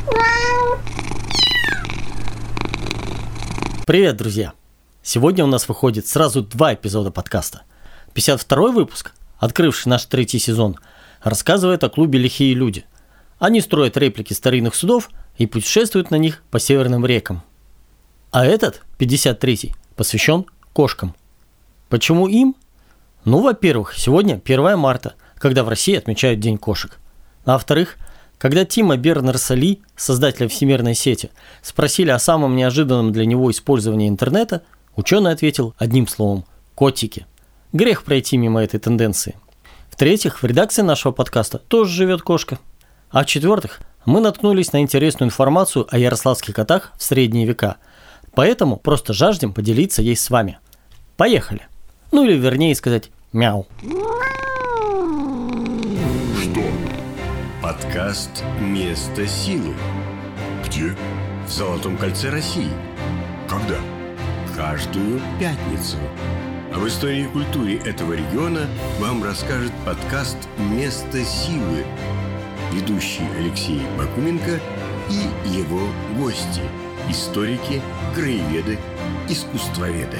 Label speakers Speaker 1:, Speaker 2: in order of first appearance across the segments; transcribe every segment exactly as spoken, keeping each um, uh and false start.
Speaker 1: Привет, друзья! Сегодня у нас выходит сразу два эпизода подкаста. пятьдесят второй выпуск, открывший наш третий сезон, рассказывает о клубе «Лихие люди». Они строят реплики старинных судов и путешествуют на них по северным рекам. А этот, пятьдесят третий, посвящен кошкам. Почему им? Ну, во-первых, сегодня первое марта, когда в России отмечают День кошек. А во-вторых, когда Тима Бернерса-Ли, создателя всемирной сети, спросили о самом неожиданном для него использовании интернета, ученый ответил одним словом – котики. Грех пройти мимо этой тенденции. В-третьих, в редакции нашего подкаста тоже живет кошка. А в-четвертых, мы наткнулись на интересную информацию о ярославских котах в средние века, поэтому просто жаждем поделиться ей с вами. Поехали! Ну или вернее сказать «мяу».
Speaker 2: Подкаст «Место силы».
Speaker 3: Где?
Speaker 2: В Золотом кольце России.
Speaker 3: Когда?
Speaker 2: Каждую пятницу. Об истории и культуре этого региона вам расскажет подкаст «Место силы». Ведущий Алексей Бакуменко и его гости. Историки, краеведы, искусствоведы.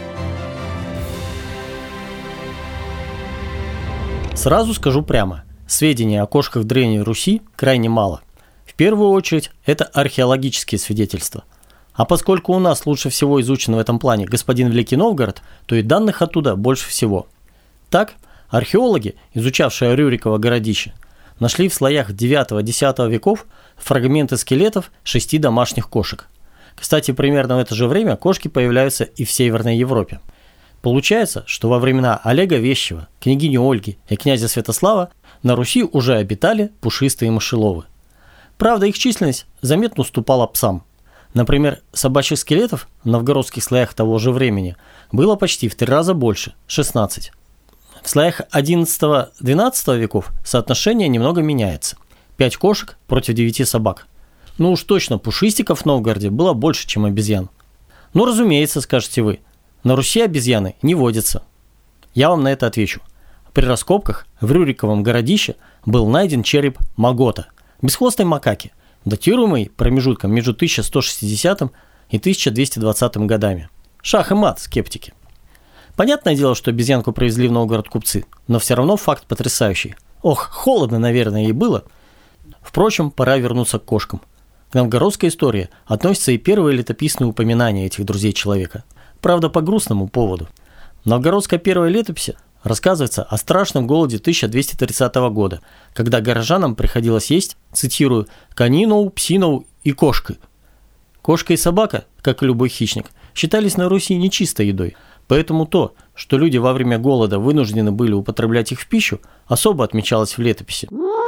Speaker 1: Сразу скажу прямо. Сведений о кошках Древней Руси крайне мало. В первую очередь, это археологические свидетельства. А поскольку у нас лучше всего изучен в этом плане господин Великий Новгород, то и данных оттуда больше всего. Так, археологи, изучавшие Рюриково городище, нашли в слоях девятого-десятого веков фрагменты скелетов шести домашних кошек. Кстати, примерно в это же время кошки появляются и в Северной Европе. Получается, что во времена Олега Вещего, княгини Ольги и князя Святослава на Руси уже обитали пушистые мышеловы. Правда, их численность заметно уступала псам. Например, собачьих скелетов в новгородских слоях того же времени было почти в три раза больше – шестнадцать. В слоях одиннадцатого-двенадцатого веков соотношение немного меняется – пять кошек против девяти собак. Ну уж точно пушистиков в Новгороде было больше, чем обезьян. Ну, разумеется, скажете вы, на Руси обезьяны не водятся. Я вам на это отвечу. При раскопках в Рюриковом городище был найден череп магота, бесхвостой макаки, датируемый промежутком между тысяча сто шестидесятым и тысяча двести двадцатым годами. Шах и мат, скептики. Понятное дело, что обезьянку привезли в Новгород купцы, но все равно факт потрясающий. Ох, холодно, наверное, ей было. Впрочем, пора вернуться к кошкам. К новгородской истории относятся и первые летописные упоминания этих друзей человека. Правда, по грустному поводу. В новгородской первой летописи рассказывается о страшном голоде тысяча двести тридцатого года, когда горожанам приходилось есть, цитирую, «конину, псину и кошки». Кошка и собака, как и любой хищник, считались на Руси нечистой едой, поэтому то, что люди во время голода вынуждены были употреблять их в пищу, особо отмечалось в летописи.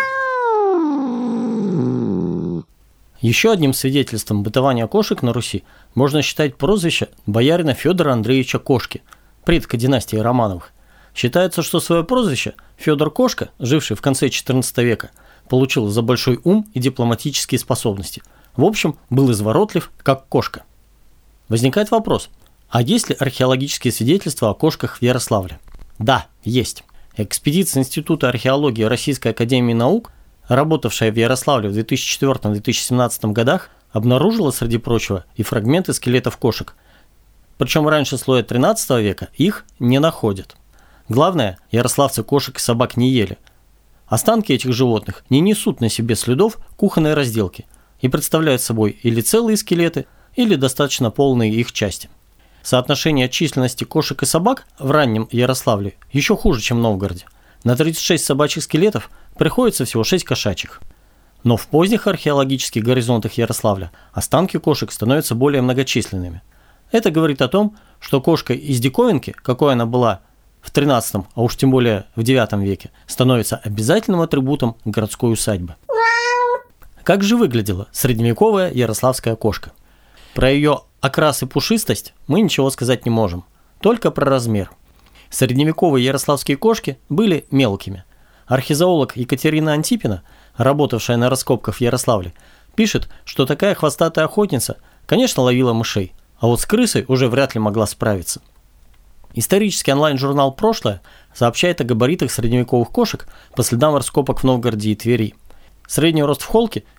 Speaker 1: Еще одним свидетельством бытования кошек на Руси можно считать прозвище боярина Федора Андреевича Кошки, предка династии Романовых. Считается, что свое прозвище Федор Кошка, живший в конце четырнадцатого века, получил за большой ум и дипломатические способности. В общем, был изворотлив, как кошка. Возникает вопрос, а есть ли археологические свидетельства о кошках в Ярославле? Да, есть. Экспедиция Института археологии Российской академии наук, работавшая в Ярославле в две тысячи четвёртом - две тысячи семнадцатом годах, обнаружила, среди прочего, и фрагменты скелетов кошек. Причем раньше слоя тринадцатого века их не находят. Главное, ярославцы кошек и собак не ели. Останки этих животных не несут на себе следов кухонной разделки и представляют собой или целые скелеты, или достаточно полные их части. Соотношение численности кошек и собак в раннем Ярославле еще хуже, чем в Новгороде. На тридцать шесть собачьих скелетов приходится всего шесть кошачьих. Но в поздних археологических горизонтах Ярославля останки кошек становятся более многочисленными. Это говорит о том, что кошка из диковинки, какой она была в тринадцатом, а уж тем более в девятом веке, становится обязательным атрибутом городской усадьбы. Как же выглядела средневековая ярославская кошка? Про ее окрас и пушистость мы ничего сказать не можем, только про размер. Средневековые ярославские кошки были мелкими. Археозоолог Екатерина Антипина, работавшая на раскопках в Ярославле, пишет, что такая хвостатая охотница, конечно, ловила мышей, а вот с крысой уже вряд ли могла справиться. Исторический онлайн-журнал «Прошлое» сообщает о габаритах средневековых кошек по следам раскопок в Новгороде и Твери. Средний рост в холке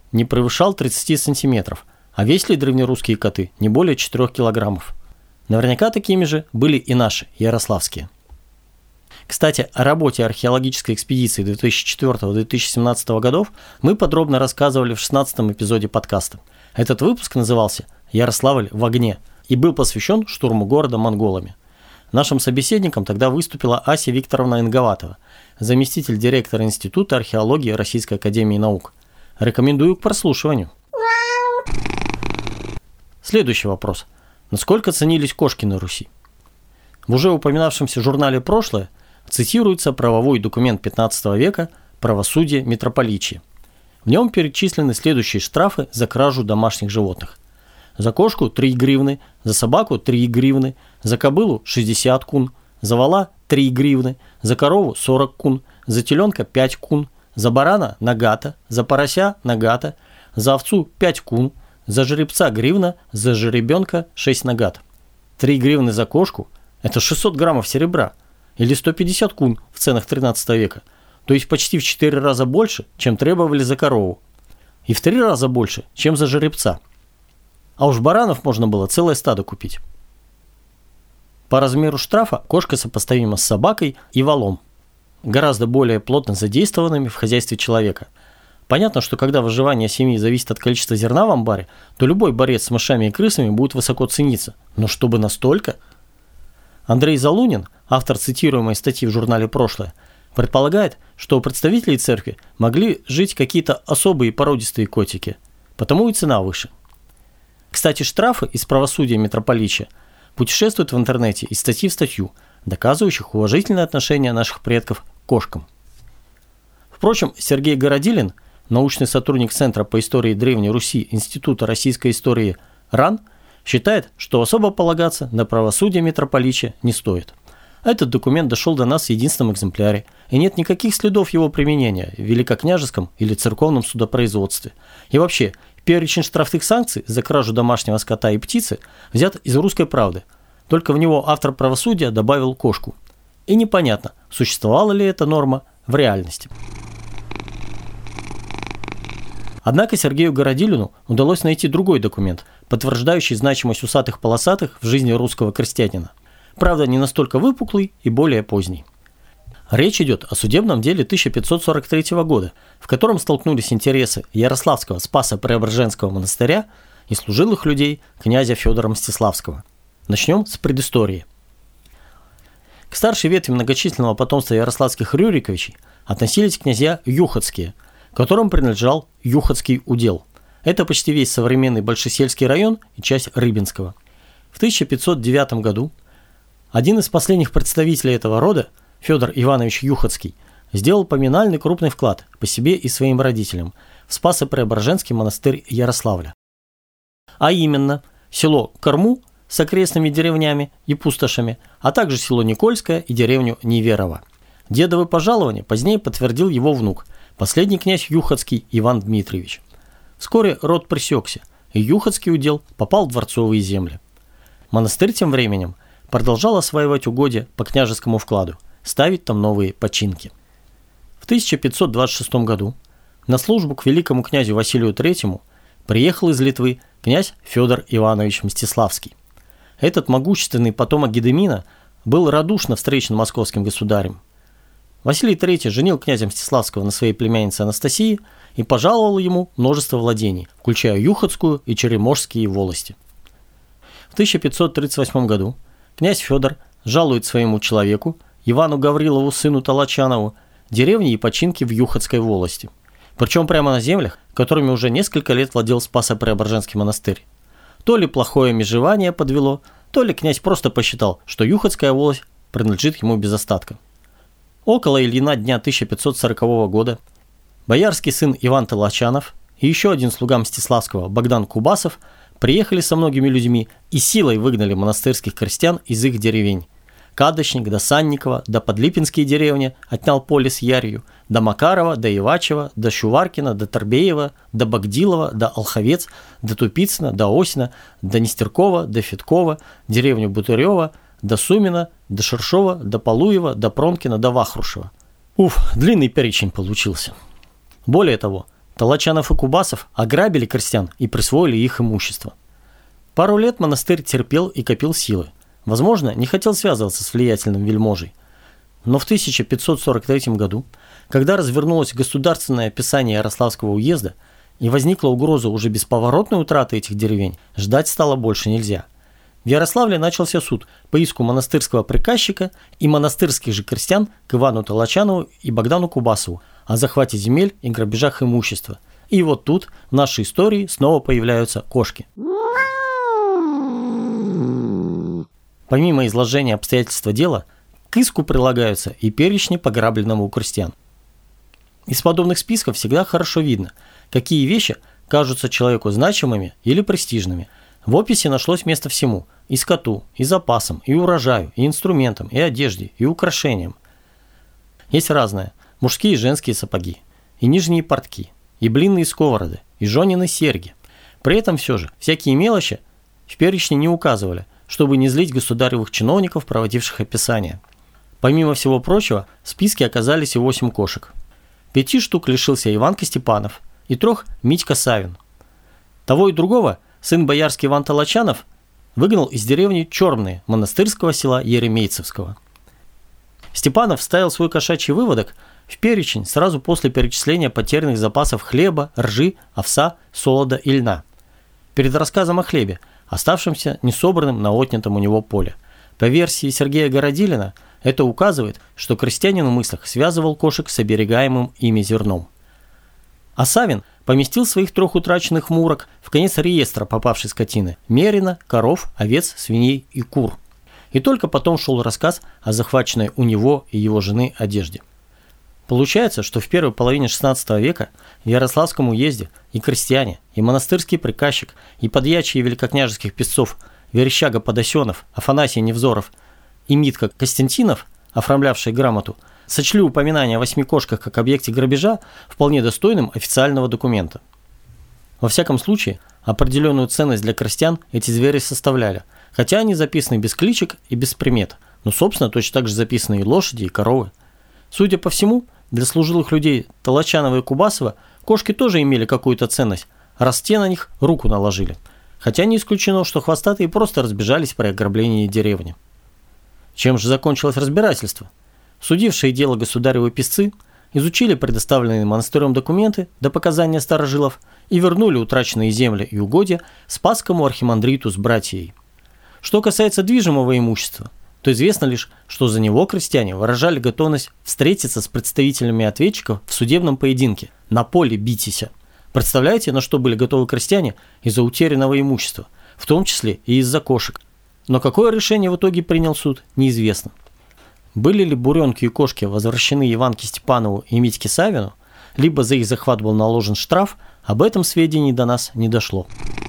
Speaker 1: не превышал тридцать сантиметров, а весили древнерусские коты не более четырёх килограммов. Наверняка такими же были и наши, ярославские. Кстати, о работе археологической экспедиции две тысячи четвёртого - две тысячи семнадцатого годов мы подробно рассказывали в шестнадцатом эпизоде подкаста. Этот выпуск назывался «Ярославль в огне» и был посвящен штурму города монголами. Нашим собеседником тогда выступила Ася Викторовна Инговатова, заместитель директора Института археологии Российской академии наук. Рекомендую к прослушиванию. Следующий вопрос. Насколько ценились кошки на Руси? В уже упоминавшемся журнале «Прошлое» цитируется правовой документ пятнадцатого века «Правосудие митрополичия». В нем перечислены следующие штрафы за кражу домашних животных. За кошку – три гривны, за собаку – три гривны, за кобылу – шестьдесят кун, за вола – три гривны, за корову – сорок кун, за теленка – пять кун, за барана – нагата, за порося – нагата, за овцу – пять кун, за жеребца – гривна, за жеребенка – шесть нагат. три гривны за кошку – это шестьсот граммов серебра, или сто пятьдесят кун в ценах тринадцатого века, то есть почти в четыре раза больше, чем требовали за корову, и в три раза больше, чем за жеребца. А уж баранов можно было целое стадо купить. По размеру штрафа кошка сопоставима с собакой и волом, гораздо более плотно задействованными в хозяйстве человека. Понятно, что когда выживание семьи зависит от количества зерна в амбаре, то любой борец с мышами и крысами будет высоко цениться. Но чтобы настолько? Андрей Залунин, автор цитируемой статьи в журнале «Прошлое», предполагает, что у представителей церкви могли жить какие-то особые породистые котики, потому и цена выше. Кстати, штрафы из правосудия митрополичия путешествуют в интернете из статьи в статью, доказывающих уважительное отношение наших предков к кошкам. Впрочем, Сергей Городилин, научный сотрудник Центра по истории Древней Руси Института российской истории РАН, считает, что особо полагаться на правосудие митрополичия не стоит. Этот документ дошел до нас в единственном экземпляре, и нет никаких следов его применения в великокняжеском или церковном судопроизводстве. И вообще, перечень штрафных санкций за кражу домашнего скота и птицы взят из «Русской правды», только в него автор правосудия добавил кошку. И непонятно, существовала ли эта норма в реальности. Однако Сергею Городилину удалось найти другой документ, подтверждающий значимость усатых-полосатых в жизни русского крестьянина. Правда, не настолько выпуклый и более поздний. Речь идет о судебном деле тысяча пятьсот сорок третьего года, в котором столкнулись интересы Ярославского Спасо-Преображенского монастыря и служилых людей князя Федора Мстиславского. Начнем с предыстории. К старшей ветви многочисленного потомства ярославских Рюриковичей относились князья Юхотские, которым принадлежал Юхотский удел. Это почти весь современный Большесельский район и часть Рыбинского. В тысяча пятьсот девятом году один из последних представителей этого рода, Федор Иванович Юхотский, сделал поминальный крупный вклад по себе и своим родителям в Спасо-Преображенский монастырь Ярославля. А именно, село Корму с окрестными деревнями и пустошами, а также село Никольское и деревню Неверово. Дедовы пожалования позднее подтвердил его внук, последний князь Юхотский Иван Дмитриевич. Вскоре род пресекся, и Юхотский удел попал в дворцовые земли. Монастырь тем временем продолжал осваивать угодья по княжескому вкладу, ставить там новые починки. В тысяча пятьсот двадцать шестом году на службу к великому князю Василию третьему приехал из Литвы князь Федор Иванович Мстиславский. Этот могущественный потомок Гедемина был радушно встречен московским государем. Василий третий женил князя Мстиславского на своей племяннице Анастасии и пожаловал ему множество владений, включая Юхотскую и Черемошские волости. В тысяча пятьсот тридцать восьмом году князь Федор жалует своему человеку, Ивану Гаврилову, сыну Толочанову, деревни и починки в Юхотской волости. Причем прямо на землях, которыми уже несколько лет владел Спасо-Преображенский монастырь. То ли плохое межевание подвело, то ли князь просто посчитал, что Юхотская волость принадлежит ему без остатка. Около Ильина дня тысяча пятьсот сорокового года боярский сын Иван Толочанов и еще один слуга Мстиславского Богдан Кубасов приехали со многими людьми и силой выгнали монастырских крестьян из их деревень. Кадочник до Санникова, до Подлипинские деревни отнял поле с Ярью, до Макарова, до Ивачева, до Шуваркина, до Торбеева, до Багдилова, до Олховец, до Тупицына, до Осина, до Нестеркова, до Федкова, деревню Бутырева, до Сумина, до Шершова, до Полуева, до Пронкина, до Вахрушева. Уф, длинный перечень получился. Более того, Толочанов и Кубасов ограбили крестьян и присвоили их имущество. Пару лет монастырь терпел и копил силы. Возможно, не хотел связываться с влиятельным вельможей. Но в тысяча пятьсот сорок третьем году, когда развернулось государственное описание Ярославского уезда и возникла угроза уже бесповоротной утраты этих деревень, ждать стало больше нельзя. В Ярославле начался суд по иску монастырского приказчика и монастырских же крестьян к Ивану Толочанову и Богдану Кубасову о захвате земель и грабежах имущества. И вот тут в нашей истории снова появляются кошки. Помимо изложения обстоятельств дела, к иску прилагаются и перечни пограбленного у крестьян. Из подобных списков всегда хорошо видно, какие вещи кажутся человеку значимыми или престижными. В описи нашлось место всему – и скоту, и запасам, и урожаю, и инструментам, и одежде, и украшениям. Есть разное – мужские и женские сапоги, и нижние портки, и блинные сковороды, и жонины серьги. При этом все же всякие мелочи в перечне не указывали, чтобы не злить государевых чиновников, проводивших описание. Помимо всего прочего, в списке оказались и восемь кошек. Пяти штук лишился Иванка Степанов и трех Митька Савин. Того и другого сын боярский Иван Толочанов выгнал из деревни Чермные монастырского села Еремейцевского. Степанов вставил свой кошачий выводок в перечень сразу после перечисления потерянных запасов хлеба, ржи, овса, солода и льна. Перед рассказом о хлебе, оставшемся несобранным на отнятом у него поле. По версии Сергея Городилина, это указывает, что крестьянин в мыслях связывал кошек с оберегаемым ими зерном. А Савин поместил своих трех утраченных мурок в конец реестра попавшей скотины – мерина, коров, овец, свиней и кур. И только потом шел рассказ о захваченной у него и его жены одежде. Получается, что в первой половине шестнадцатого века в Ярославском уезде и крестьяне, и монастырский приказчик, и подьячие великокняжеских писцов Верещага Подосенов, Афанасий Невзоров и Митка Костянтинов, оформлявшие грамоту, сочли упоминание о восьми кошках как объекте грабежа вполне достойным официального документа. Во всяком случае, определенную ценность для крестьян эти звери составляли, хотя они записаны без кличек и без примет, но, собственно, точно так же записаны и лошади, и коровы. Судя по всему, для служилых людей Толочанова и Кубасова кошки тоже имели какую-то ценность, раз те на них руку наложили. Хотя не исключено, что хвостатые просто разбежались при ограблении деревни. Чем же закончилось разбирательство? Судившие дело государевы писцы изучили предоставленные монастырем документы до показания старожилов и вернули утраченные земли и угодья Спасскому архимандриту с братьей. Что касается движимого имущества, то известно лишь, что за него крестьяне выражали готовность встретиться с представителями ответчиков в судебном поединке, на поле битися. Представляете, на что были готовы крестьяне из-за утерянного имущества, в том числе и из-за кошек. Но какое решение в итоге принял суд, неизвестно. Были ли буренки и кошки возвращены Иванке Степанову и Митьке Савину, либо за их захват был наложен штраф, об этом сведений до нас не дошло.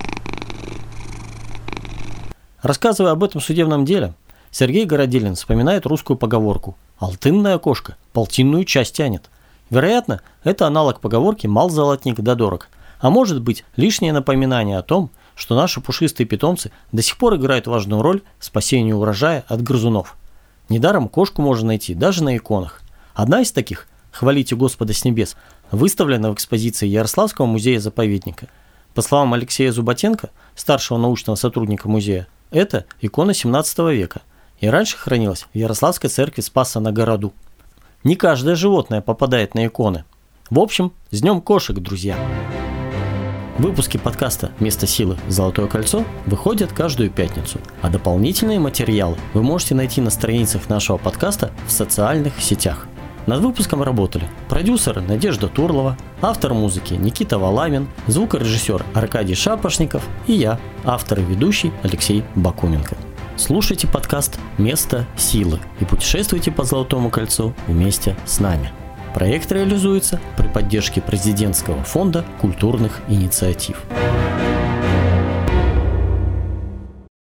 Speaker 1: Рассказывая об этом судебном деле, Сергей Городилин вспоминает русскую поговорку «Алтынная кошка полтинную часть тянет». Вероятно, это аналог поговорки «мал золотник да дорог», а может быть лишнее напоминание о том, что наши пушистые питомцы до сих пор играют важную роль в спасении урожая от грызунов. Недаром кошку можно найти даже на иконах. Одна из таких, «Хвалите Господа с небес», выставлена в экспозиции Ярославского музея-заповедника. По словам Алексея Зуботенко, старшего научного сотрудника музея, это икона семнадцатого века и раньше хранилась в Ярославской церкви Спаса на Городу. Не каждое животное попадает на иконы. В общем, с днем кошек, друзья! Выпуски подкаста «Место силы. Золотое кольцо» выходят каждую пятницу, а дополнительные материалы вы можете найти на страницах нашего подкаста в социальных сетях. Над выпуском работали продюсер Надежда Турлова, автор музыки Никита Валамин, звукорежиссер Аркадий Шапошников и я, автор и ведущий Алексей Бакуменко. Слушайте подкаст «Место силы» и путешествуйте по Золотому кольцу вместе с нами. Проект реализуется при поддержке Президентского фонда культурных инициатив.